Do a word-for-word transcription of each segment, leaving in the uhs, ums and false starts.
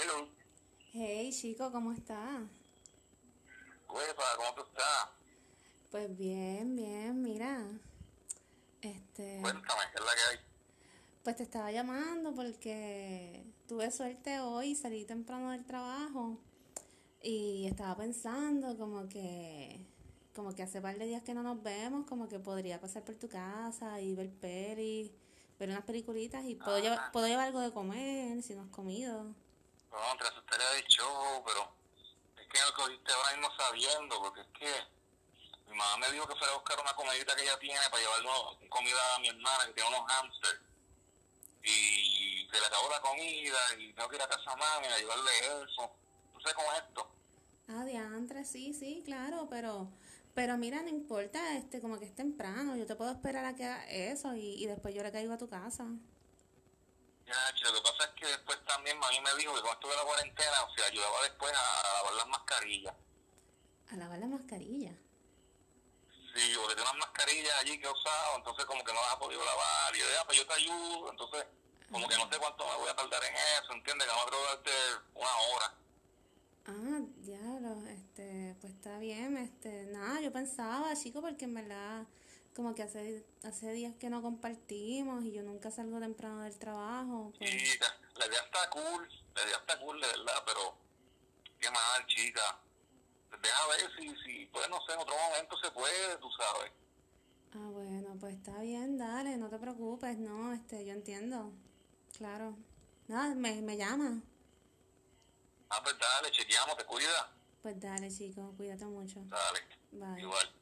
Hello. Hey, chico, ¿cómo estás? Huepa, ¿cómo tú estás? Pues bien, bien, mira. Este, Cuéntame, ¿qué es la que hay? pues te estaba llamando porque tuve suerte hoy, salí temprano del trabajo y estaba pensando como que, como que hace par de días que no nos vemos, como que podría pasar por tu casa y ver pelis, ver unas peliculitas y puedo llevar, Ah, puedo llevar algo de comer si no has comido. no, te asustaría de show, pero es que me cogiste ahora mismo sabiendo, porque es que mi mamá me dijo que fuera a buscar una comidita que ella tiene para llevarle una- comida a mi hermana que tiene unos hamsters. Y se le acabó la comida y tengo que ir a casa de mami a llevarle eso. ¿Tú sabes cómo es esto? Ah, diantre, sí, sí, claro, pero, pero mira, no importa, este, como que es temprano, yo te puedo esperar a que haga eso y, y después yo le caigo a tu casa. Ya, chico, lo que pasa es que después también mami me dijo que cuando estuve en la cuarentena, o sea, ayudaba después a, a lavar las mascarillas. A lavar la mascarilla. Sí, porque tengo unas mascarillas allí que he usado, entonces como que no las ha podido lavar, y yo, ya, pues yo te ayudo, entonces como que no sé cuánto me voy a tardar en eso, ¿entiendes? Que no creo darte una hora. Ah, diablo, este, pues está bien, este, nada, yo pensaba, chico, porque en verdad, como que hace, hace días que no compartimos y yo nunca salgo temprano del trabajo, pues, Chica, la idea está cool, la idea está cool de verdad, pero qué mal, chica. Deja ver si, si pues no sé, en otro momento se puede, tú sabes. ah, bueno, pues está bien, dale, no te preocupes, no, este, yo entiendo, claro. Nada, me, me llama. Ah, pues dale, chequeamos, te cuida. Pues dale, chico, cuídate mucho. Dale, Bye. igual.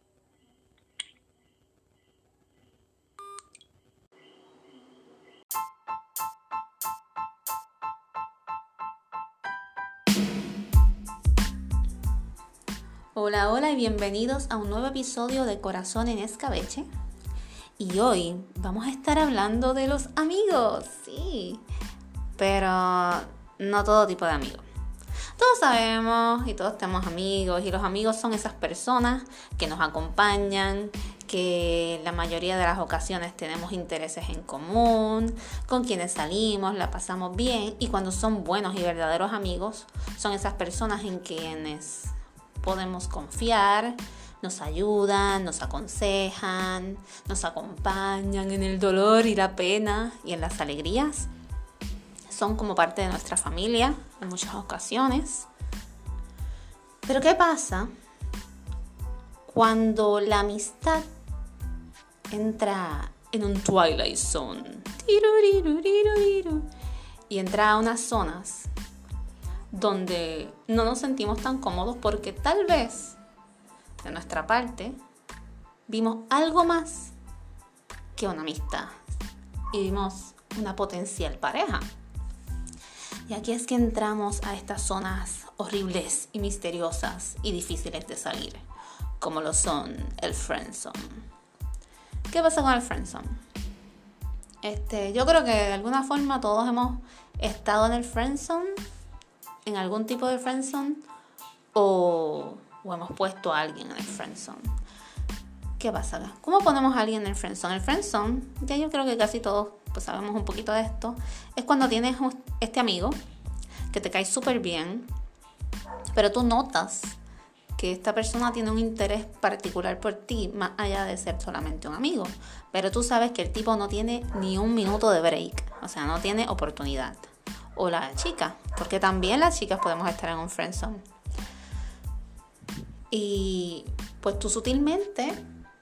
Hola, hola y bienvenidos a un nuevo episodio de Corazón en Escabeche. Y hoy vamos a estar hablando de los amigos, sí, pero no todo tipo de amigos. Todos sabemos y todos tenemos amigos y los amigos son esas personas que nos acompañan, que la mayoría de las ocasiones tenemos intereses en común, con quienes salimos, la pasamos bien y cuando son buenos y verdaderos amigos son esas personas en quienes podemos confiar, nos ayudan, nos aconsejan, nos acompañan en el dolor y la pena y en las alegrías. Son como parte de nuestra familia en muchas ocasiones. Pero ¿qué pasa cuando la amistad entra en un twilight zone? Y entra a unas zonas donde no nos sentimos tan cómodos porque tal vez de nuestra parte vimos algo más que una amistad y vimos una potencial pareja. Y aquí es que entramos a estas zonas horribles y misteriosas y difíciles de salir, como lo son el friendzone. ¿Qué pasa con el friendzone? Este, yo creo que de alguna forma todos hemos estado en el friendzone, en algún tipo de friendzone, o, o hemos puesto a alguien en el friendzone. ¿Qué pasa acá? ¿Cómo ponemos a alguien en el friendzone? El friendzone, ya yo creo que casi todos pues sabemos un poquito de esto, es cuando tienes este amigo que te cae súper bien, pero tú notas que esta persona tiene un interés particular por ti, más allá de ser solamente un amigo, pero tú sabes que el tipo no tiene ni un minuto de break, o sea, no tiene oportunidad. O la chica, porque también las chicas podemos estar en un friendzone. Y pues tú sutilmente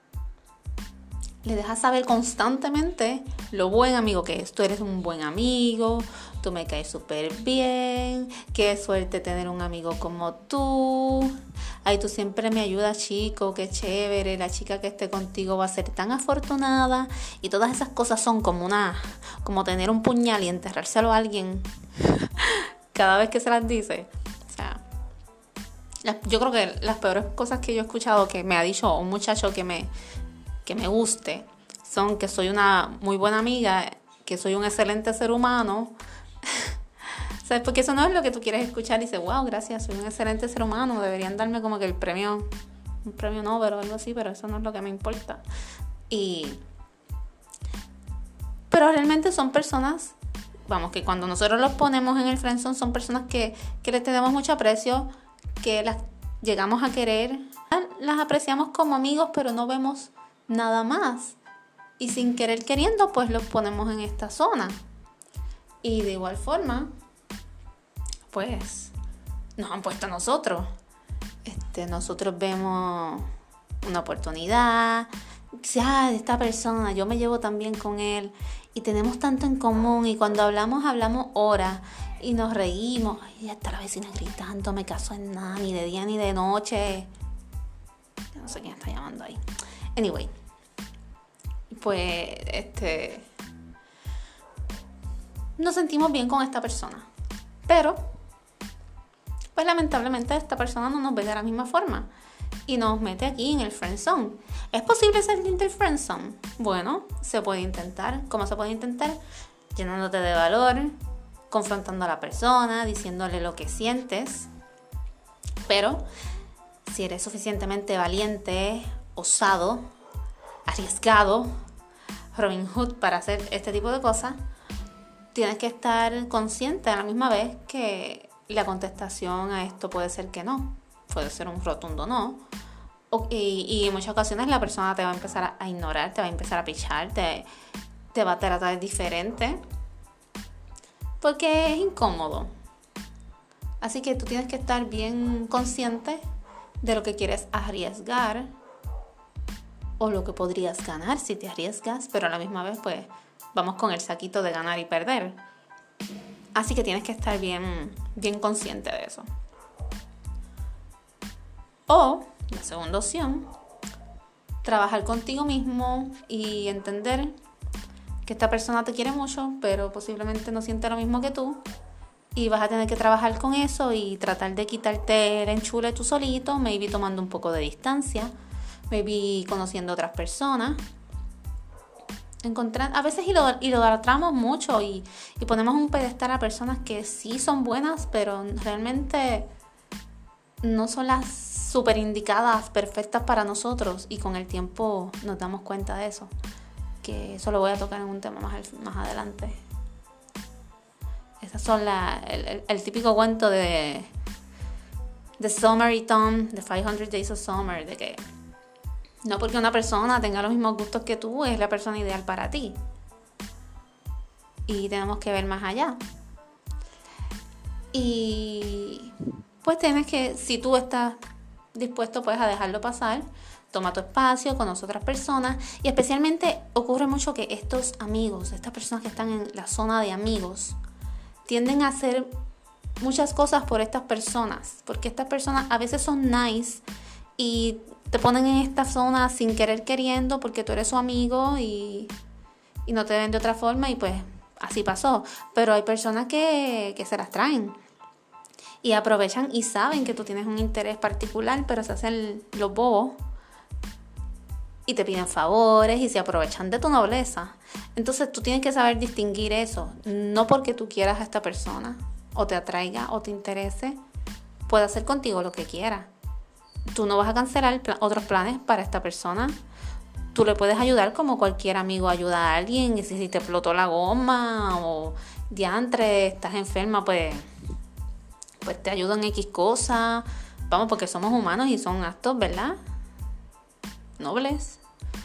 le dejas saber constantemente lo buen amigo que es. Tú eres un buen amigo, tú me caes súper bien, qué suerte tener un amigo como tú. Ay, tú siempre me ayudas, chico, qué chévere, la chica que esté contigo va a ser tan afortunada. Y todas esas cosas son como una, como tener un puñal y enterrárselo a alguien cada vez que se las dice. O sea, yo creo que las peores cosas que yo he escuchado que me ha dicho un muchacho que me... que me guste, son que soy una muy buena amiga, que soy un excelente ser humano. ¿Sabes? Porque eso no es lo que tú quieres escuchar y dices, wow, gracias, soy un excelente ser humano, deberían darme como que el premio, un premio Nobel o algo así, pero eso no es lo que me importa. Y pero realmente son personas vamos, que cuando nosotros los ponemos en el friendzone son personas que, que les tenemos mucho aprecio, que las llegamos a querer, las apreciamos como amigos, pero no vemos nada más. Y sin querer queriendo, pues los ponemos en esta zona. Y de igual forma, pues nos han puesto a nosotros. Este, nosotros vemos una oportunidad. Ah, esta persona, yo me llevo tan bien con él. Y tenemos tanto en común. Y cuando hablamos, hablamos horas. Y nos reímos. Ay, ya está la vecina gritando. Me caso en nada, ni de día ni de noche. No sé quién está llamando ahí. Anyway. Pues, este... nos sentimos bien con esta persona. Pero, pues lamentablemente esta persona no nos ve de la misma forma. Y nos mete aquí en el friendzone. ¿Es posible salir del friendzone? Bueno, se puede intentar. ¿Cómo se puede intentar? Llenándote de valor, confrontando a la persona, diciéndole lo que sientes. Pero, si eres suficientemente valiente, osado, arriesgado, Robin Hood para hacer este tipo de cosas, tienes que estar consciente a la misma vez que la contestación a esto puede ser que no. Puede ser un rotundo no. O, y, y en muchas ocasiones la persona te va a empezar a, a ignorar, te va a empezar a pichar, te, te va a tratar diferente. Porque es incómodo. Así que tú tienes que estar bien consciente de lo que quieres arriesgar o lo que podrías ganar si te arriesgas, pero a la misma vez pues vamos con el saquito de ganar y perder. Así que tienes que estar bien, bien consciente de eso. O, la segunda opción, trabajar contigo mismo y entender que esta persona te quiere mucho, pero posiblemente no siente lo mismo que tú. Y vas a tener que trabajar con eso y tratar de quitarte el enchule tú solito, maybe tomando un poco de distancia, maybe conociendo otras personas. Encontrar, a veces idolatramos mucho y, y ponemos un pedestal a personas que sí son buenas, pero realmente no son las súper indicadas, perfectas para nosotros. Y con el tiempo nos damos cuenta de eso. Que eso lo voy a tocar en un tema más, más adelante. Esas son la, el, el, el típico cuento de The Summer y Tom, The five hundred Days of Summer, de que no porque una persona tenga los mismos gustos que tú es la persona ideal para ti. Y tenemos que ver más allá. Y pues tienes que, si tú estás dispuesto pues a dejarlo pasar, toma tu espacio, conoce otras personas. Y especialmente ocurre mucho que estos amigos, estas personas que están en la zona de amigos, tienden a hacer muchas cosas por estas personas. Porque estas personas a veces son nice y te ponen en esta zona sin querer queriendo porque tú eres su amigo y, y no te ven de otra forma y pues así pasó. Pero hay personas que, que se las traen y aprovechan y saben que tú tienes un interés particular, pero se hacen los bobos y te piden favores y se aprovechan de tu nobleza. Entonces tú tienes que saber distinguir eso. No porque tú quieras a esta persona o te atraiga o te interese, puede hacer contigo lo que quiera. Tú no vas a cancelar pl- otros planes para esta persona. Tú le puedes ayudar como cualquier amigo ayuda a alguien. Y si, si te explotó la goma o diantre, estás enferma, pues, pues te ayudan en X cosas. Vamos, porque somos humanos y son actos, ¿verdad? Nobles.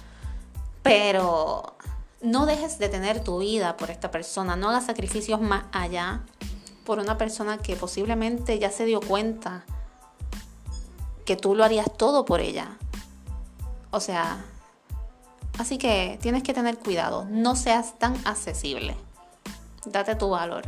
Pero no dejes de tener tu vida por esta persona. No hagas sacrificios más allá por una persona que posiblemente ya se dio cuenta que tú lo harías todo por ella. O sea, así que tienes que tener cuidado. No seas tan accesible. Date tu valor.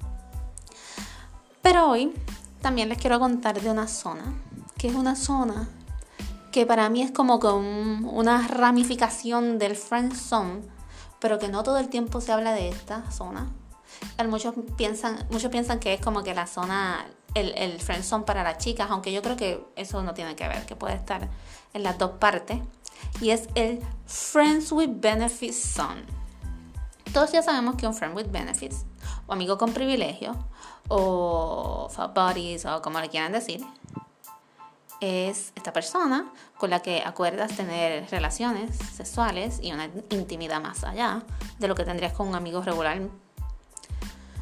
Pero hoy también les quiero contar de una zona, que es una zona que para mí es como que un, una ramificación del friendzone, pero que no todo el tiempo se habla de esta zona. Muchos piensan, muchos piensan que es como que la zona, el, el friendzone para las chicas, aunque yo creo que eso no tiene que ver, que puede estar en las dos partes. Y es el Friends with Benefits Zone. Todos ya sabemos que un Friend with Benefits, o amigo con privilegio, o fuck buddies, o como le quieran decir, es esta persona con la que acuerdas tener relaciones sexuales y una intimidad más allá de lo que tendrías con un amigo regular.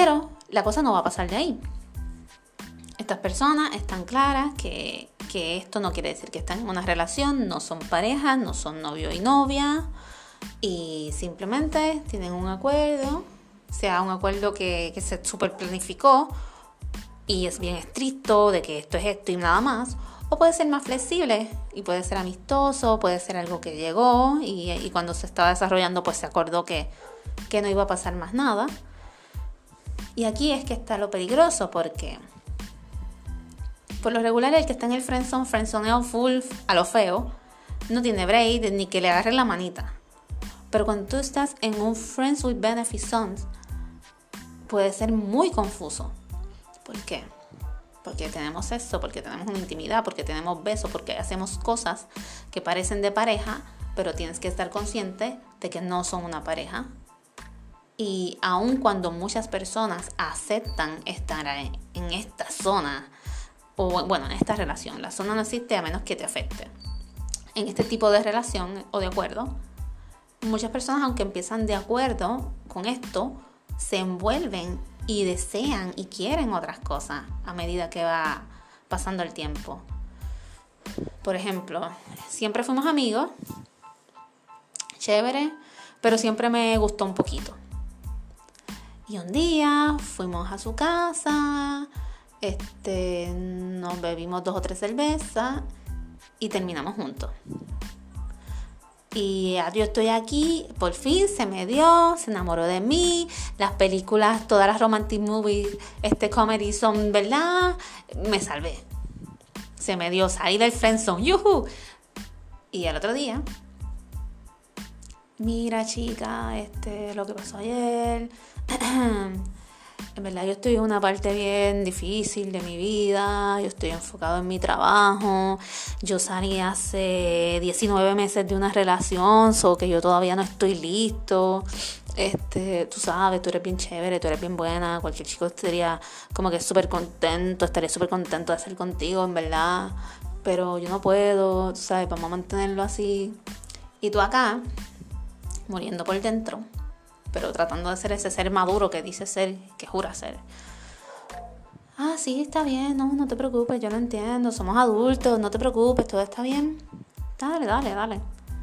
Pero la cosa no va a pasar de ahí. Estas personas están claras que, que esto no quiere decir que están en una relación, no son parejas, no son novio y novia, y simplemente tienen un acuerdo, sea un acuerdo que, que se super planificó y es bien estricto de que esto es esto y nada más, o puede ser más flexible y puede ser amistoso, puede ser algo que llegó y, y cuando se estaba desarrollando pues se acordó que, que no iba a pasar más nada. Y aquí es que está lo peligroso, porque por lo regular el que está en el friendzone, friendzoneo full a lo feo, no tiene break ni que le agarre la manita. Pero cuando tú estás en un friends with benefits zones, puede ser muy confuso. ¿Por qué? Porque tenemos sexo, porque tenemos una intimidad, porque tenemos besos, porque hacemos cosas que parecen de pareja, pero tienes que estar consciente de que no son una pareja. Y aun cuando muchas personas aceptan estar en esta zona, o bueno, en esta relación, la zona no existe a menos que te afecte. En este tipo de relación o de acuerdo, muchas personas, aunque empiezan de acuerdo con esto, se envuelven y desean y quieren otras cosas a medida que va pasando el tiempo. Por ejemplo, siempre fuimos amigos, chévere, pero siempre me gustó un poquito. Y un día fuimos a su casa, este, nos bebimos dos o tres cervezas y terminamos juntos. Y yo estoy aquí, por fin se me dio, se enamoró de mí, las películas, todas las romantic movies, este comedy son, ¿verdad? Me salvé. Se me dio, salí del friendzone, ¡yuhu! Y al otro día, mira chica, este, lo que pasó ayer, en verdad yo estoy en una parte bien difícil de mi vida, yo estoy enfocado en mi trabajo, yo salí hace diecinueve meses de una relación, so que yo todavía no estoy listo, este, tú sabes, tú eres bien chévere, tú eres bien buena, cualquier chico estaría como que súper contento, estaría súper contento de estar contigo, en verdad, pero yo no puedo, tú sabes, vamos a mantenerlo así, y tú acá, muriendo por dentro, pero tratando de ser ese ser maduro que dice ser, que jura ser. Ah, sí, está bien, no, no te preocupes, yo lo entiendo, somos adultos, no te preocupes, todo está bien. Dale, dale, dale.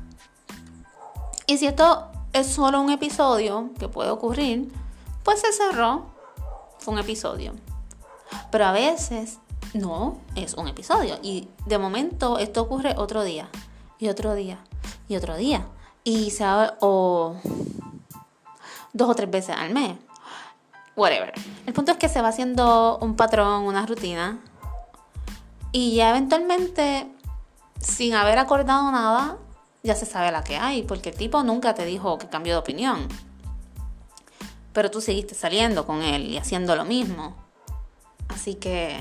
Y si esto es solo un episodio que puede ocurrir, pues se cerró, fue un episodio. Pero a veces no es un episodio. Y de momento esto ocurre otro día, y otro día, y otro día. Y se va, o dos o tres veces al mes. Whatever. El punto es que se va haciendo un patrón, una rutina. Y ya eventualmente, sin haber acordado nada, ya se sabe la que hay. Porque el tipo nunca te dijo que cambió de opinión. Pero tú seguiste saliendo con él y haciendo lo mismo. Así que,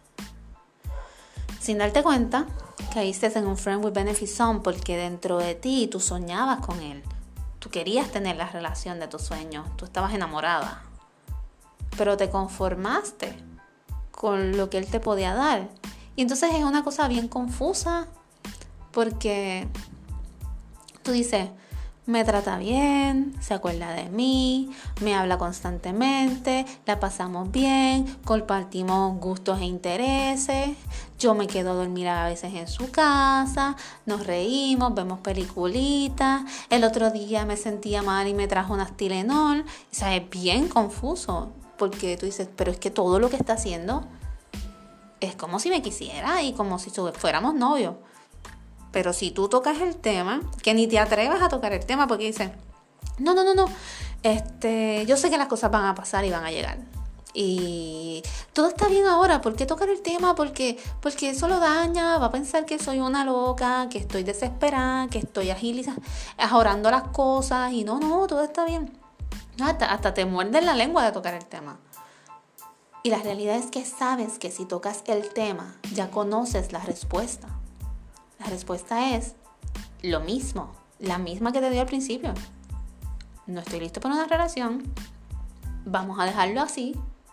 sin darte cuenta, caíste en un friend with benefits zone porque dentro de ti tú soñabas con él. Tú querías tener la relación de tus sueños. Tú estabas enamorada. Pero te conformaste con lo que él te podía dar. Y entonces es una cosa bien confusa. Porque tú dices, me trata bien, se acuerda de mí, me habla constantemente, la pasamos bien, compartimos gustos e intereses, yo me quedo a dormir a veces en su casa, nos reímos, vemos peliculitas, el otro día me sentía mal y me trajo unas Tylenol, o sea, es bien confuso, porque tú dices, pero es que todo lo que está haciendo es como si me quisiera y como si fuéramos novios. Pero si tú tocas el tema, que ni te atrevas a tocar el tema porque dices, no, no, no, no, este, yo sé que las cosas van a pasar y van a llegar. Y todo está bien ahora, ¿por qué tocar el tema? Porque, porque eso lo daña, va a pensar que soy una loca, que estoy desesperada, que estoy agilizando, ajorando las cosas y no, no, todo está bien. Hasta, hasta te muerden la lengua de tocar el tema. Y la realidad es que sabes que si tocas el tema, ya conoces la respuesta. La respuesta es lo mismo, la misma que te dio al principio. No estoy listo para una relación, vamos a dejarlo así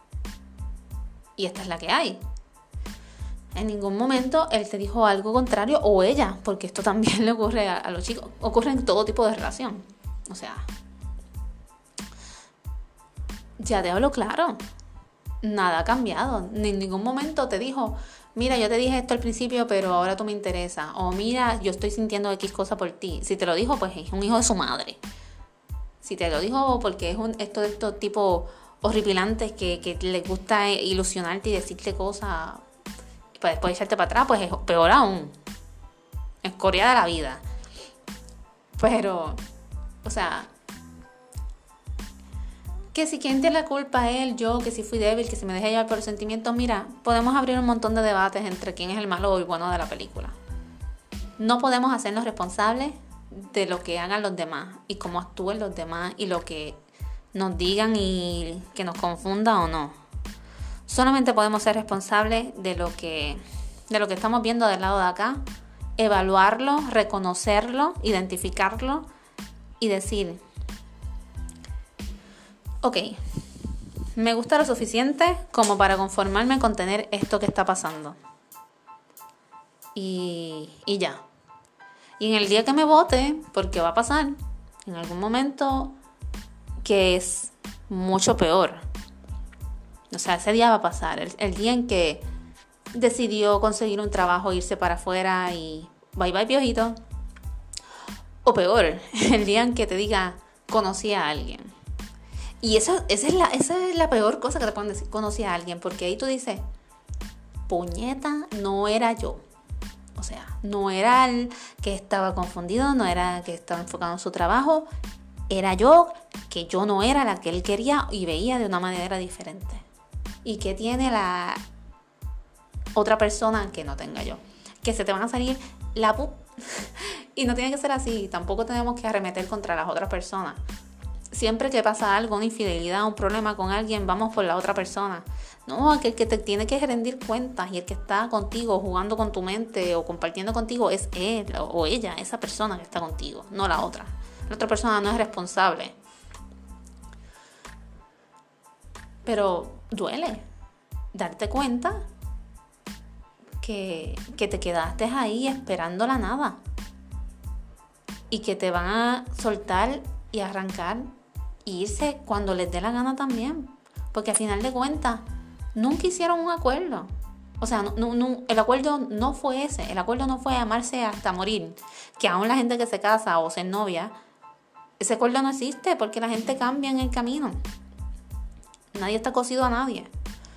y esta es la que hay. En ningún momento él te dijo algo contrario o ella, porque esto también le ocurre a, a los chicos, ocurre en todo tipo de relación. O sea, Ya te hablo claro. Nada ha cambiado. En ningún momento te dijo, mira, yo te dije esto al principio, pero ahora tú me interesas. O mira, yo estoy sintiendo X cosa por ti. Si te lo dijo, pues es un hijo de su madre. Si te lo dijo porque es un esto de estos tipos horripilantes que, que les gusta ilusionarte y decirte cosas para después echarte para atrás, pues es peor aún. Escoria de la vida. Pero, o sea, que si quien tiene la culpa es él, yo, que si fui débil, que si me dejé llevar por los sentimientos, mira, podemos abrir un montón de debates entre quién es el malo o el bueno de la película. No podemos hacernos responsables de lo que hagan los demás y cómo actúen los demás y lo que nos digan y que nos confunda o no. Solamente podemos ser responsables de lo que, de lo que estamos viendo del lado de acá, evaluarlo, reconocerlo, identificarlo y decir, ok, me gusta lo suficiente como para conformarme con tener esto que está pasando. Y, y ya. Y en el día que me vote, porque va a pasar, en algún momento que es mucho peor. O sea, ese día va a pasar. El, el día en que decidió conseguir un trabajo, irse para afuera y bye bye piojito. O peor, el día en que te diga, conocí a alguien. Y eso, esa, es la, esa es la peor cosa que te pueden decir, conocí a alguien. Porque ahí tú dices, puñeta, no era yo. O sea, no era el que estaba confundido, no era el que estaba enfocado en su trabajo. Era yo, que yo no era la que él quería y veía de una manera diferente. ¿Y qué tiene la otra persona que no tenga yo? Que se te van a salir la pu... Y no tiene que ser así. Tampoco tenemos que arremeter contra las otras personas. Siempre que pasa algo, una infidelidad, un problema con alguien, vamos por la otra persona. No, el que te tiene que rendir cuentas y el que está contigo, jugando con tu mente o compartiendo contigo es él o ella, esa persona que está contigo, no la otra. La otra persona no es responsable. Pero duele darte cuenta que, que te quedaste ahí esperando la nada y que te van a soltar y arrancar e irse cuando les dé la gana también, porque al final de cuentas nunca hicieron un acuerdo. O sea, no, no, el acuerdo no fue ese. El acuerdo no fue amarse hasta morir, que aún la gente que se casa o se novia, ese acuerdo no existe porque la gente cambia en el camino. Nadie está cosido a nadie.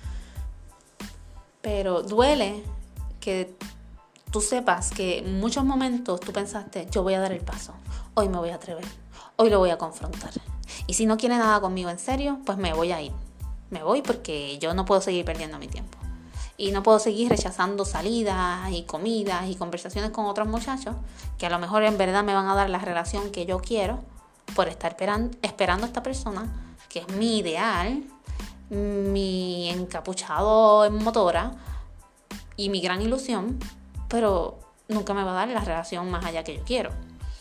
Pero duele que tú sepas que en muchos momentos tú pensaste, yo voy a dar el paso, hoy me voy a atrever, hoy lo voy a confrontar. Y si no quiere nada conmigo en serio, pues me voy a ir. Me voy porque yo no puedo seguir perdiendo mi tiempo. Y no puedo seguir rechazando salidas y comidas y conversaciones con otros muchachos que a lo mejor en verdad me van a dar la relación que yo quiero por estar esperando, esperando a esta persona que es mi ideal, mi encapuchado en motora y mi gran ilusión, pero nunca me va a dar la relación más allá que yo quiero.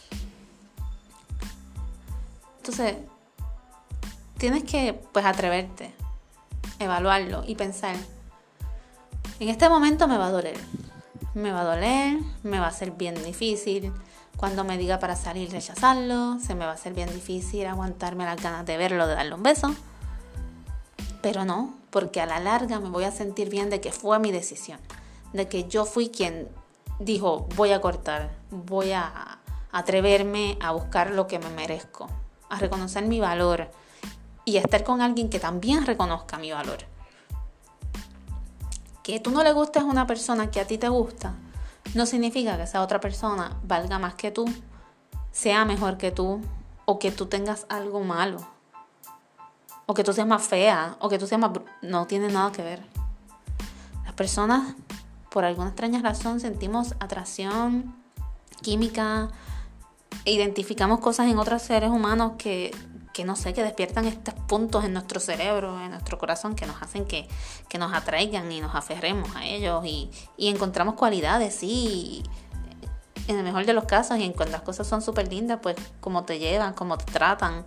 Entonces, tienes que pues atreverte, evaluarlo y pensar, en este momento me va a doler, me va a doler, me va a ser bien difícil, cuando me diga para salir rechazarlo, se me va a hacer bien difícil aguantarme las ganas de verlo, de darle un beso, pero no, porque a la larga me voy a sentir bien de que fue mi decisión, de que yo fui quien dijo, voy a cortar, voy a atreverme a buscar lo que me merezco, a reconocer mi valor y a estar con alguien que también reconozca mi valor. Que tú no le gustes a una persona que a ti te gusta, no significa que esa otra persona valga más que tú, sea mejor que tú, o que tú tengas algo malo, o que tú seas más fea, o que tú seas más... Br- no tiene nada que ver. Las personas, por alguna extraña razón, sentimos atracción, química, e identificamos cosas en otros seres humanos que, que no sé, que despiertan estos puntos en nuestro cerebro, en nuestro corazón, que nos hacen que, que nos atraigan y nos aferremos a ellos y, y encontramos cualidades, sí, en el mejor de los casos, y cuando las cosas son súper lindas, pues cómo te llevan, cómo te tratan.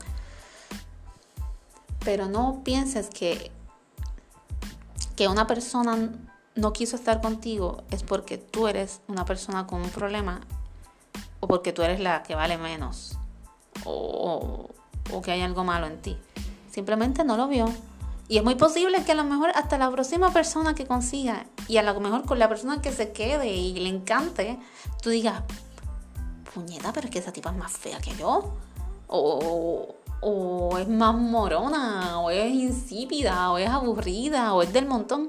Pero no pienses que, que una persona no quiso estar contigo es porque tú eres una persona con un problema o porque tú eres la que vale menos o, o, o que hay algo malo en ti. Simplemente no lo vio Y es muy posible que a lo mejor hasta la próxima persona que consiga y a lo mejor con la persona que se quede y le encante, tú digas, puñeta, pero es que esa tipa es más fea que yo. O, o es más morona, o es insípida, o es aburrida, o es del montón.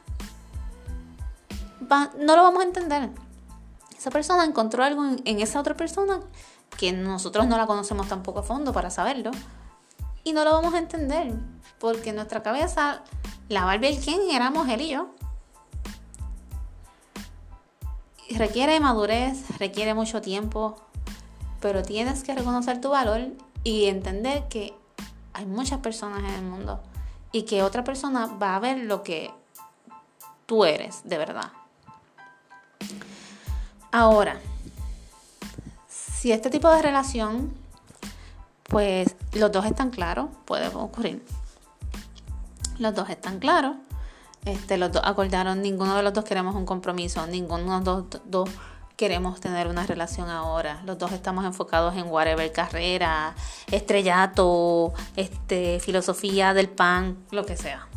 Va, no lo vamos a entender. Esa persona encontró algo en, en esa otra persona que nosotros no la conocemos tampoco a fondo para saberlo. Y no lo vamos a entender. Porque en nuestra cabeza, la Barbie y el Ken éramos él y yo. Requiere madurez, requiere mucho tiempo, pero tienes que reconocer tu valor y entender que hay muchas personas en el mundo y que otra persona va a ver lo que tú eres de verdad. Ahora, si este tipo de relación, pues los dos están claros, puede ocurrir. Los dos están claros. Este, los dos acordaron, ninguno de los dos queremos un compromiso, ninguno de los dos, dos queremos tener una relación ahora. Los dos estamos enfocados en whatever, carrera, estrellato, este, filosofía del pan, lo que sea.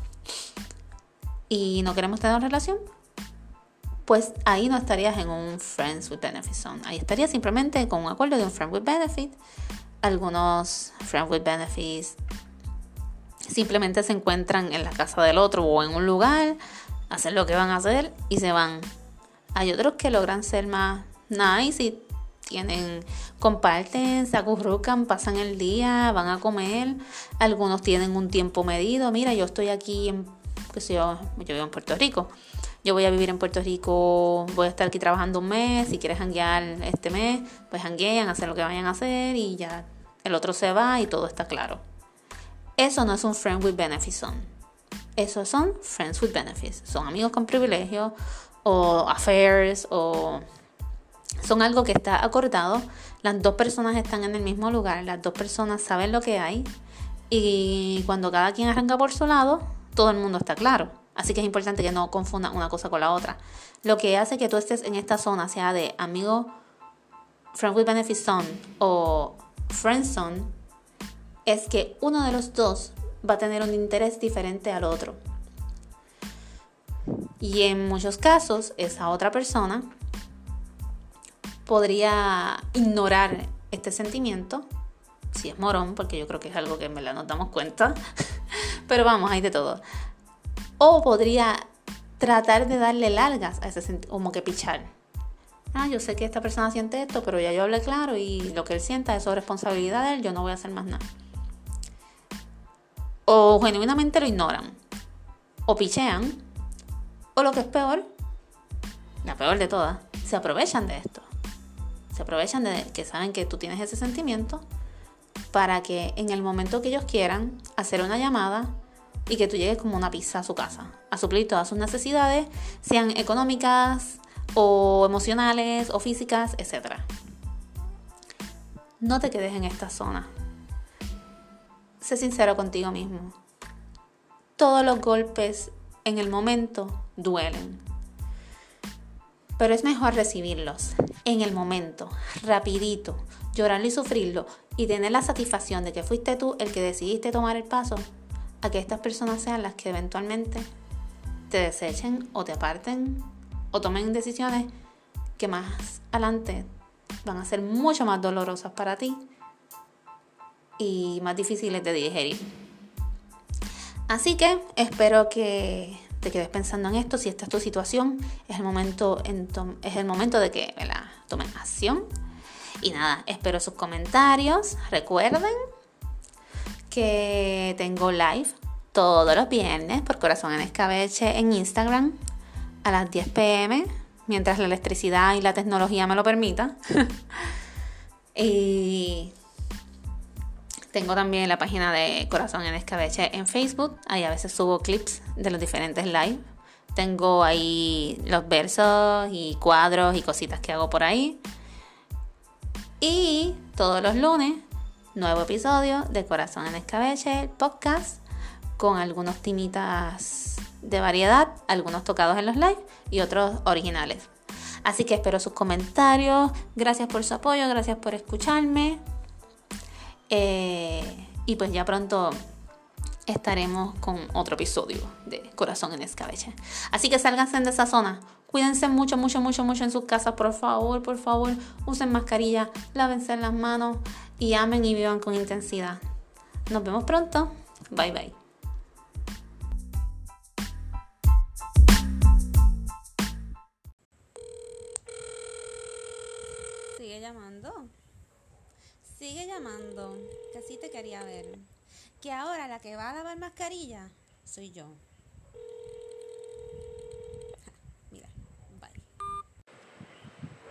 Y no queremos tener una relación, pues ahí no estarías en un Friends with Benefit Zone. Ahí estarías simplemente con un acuerdo de un Friend with Benefit. Algunos Friends with Benefits simplemente se encuentran en la casa del otro o en un lugar, hacen lo que van a hacer y se van. Hay otros que logran ser más nice y tienen, comparten, se acurrucan, pasan el día, van a comer. Algunos tienen un tiempo medido. Mira, yo estoy aquí en, qué sé yo, yo vivo en Puerto Rico. Yo voy a vivir en Puerto Rico, voy a estar aquí trabajando un mes. Si quieres janguear este mes, pues janguean, hacen lo que vayan a hacer y ya el otro se va y todo está claro. Eso no es un Friend with Benefits Zone. Esos son Friends with Benefits. Son amigos con privilegios o affairs o son algo que está acordado. Las dos personas están en el mismo lugar. Las dos personas saben lo que hay. Y cuando cada quien arranca por su lado, todo el mundo está claro. Así que es importante que no confundan una cosa con la otra. Lo que hace que tú estés en esta zona, sea de amigo Friend with Benefits Zone o Friend Zone, es que uno de los dos va a tener un interés diferente al otro. Y en muchos casos, esa otra persona podría ignorar este sentimiento, si es morón, porque yo creo que es algo que en verdad nos damos cuenta. Pero vamos, hay de todo. O podría tratar de darle largas a ese sentimiento, como que pichar. Ah, yo sé que esta persona siente esto, pero ya yo hablé claro y lo que él sienta es su responsabilidad de él, yo no voy a hacer más nada. O genuinamente lo ignoran, o pichean, o lo que es peor, la peor de todas, se aprovechan de esto. Se aprovechan de que saben que tú tienes ese sentimiento para que en el momento que ellos quieran hacer una llamada y que tú llegues como una pizza a su casa, a suplir todas sus necesidades, sean económicas o emocionales o físicas, etcétera. No te quedes en esta zona. Sé sincero contigo mismo. Todos los golpes en el momento duelen. Pero es mejor recibirlos en el momento, rapidito, llorarlo y sufrirlo y tener la satisfacción de que fuiste tú el que decidiste tomar el paso, a que estas personas sean las que eventualmente te desechen o te aparten o tomen decisiones que más adelante van a ser mucho más dolorosas para ti y más difíciles de digerir. Así que espero que te quedes pensando en esto. Si esta es tu situación, es el momento, en to- es el momento de que ¿verdad? tomen acción. Y nada, espero sus comentarios. Recuerden que tengo live todos los viernes por Corazón en Escabeche en Instagram a las diez pm, mientras la electricidad y la tecnología me lo permita. Y tengo también la página de Corazón en Escabeche en Facebook. Ahí a veces subo clips de los diferentes live. Tengo ahí los versos y cuadros y cositas que hago por ahí. Y todos los lunes, nuevo episodio de Corazón en Escabeche, el podcast, con algunos temitas de variedad, algunos tocados en los live y otros originales. Así que espero sus comentarios. Gracias por su apoyo, gracias por escucharme. Eh, y pues ya pronto estaremos con otro episodio de Corazón en Escabeche. Así que sálganse de esa zona. Cuídense mucho, mucho, mucho, mucho en sus casas. Por favor, por favor, usen mascarilla, lávense las manos y amen y vivan con intensidad. Nos vemos pronto. Bye, bye. Sigue llamando. Sigue llamando. Que sí te quería ver. Que ahora la que va a lavar mascarilla soy yo.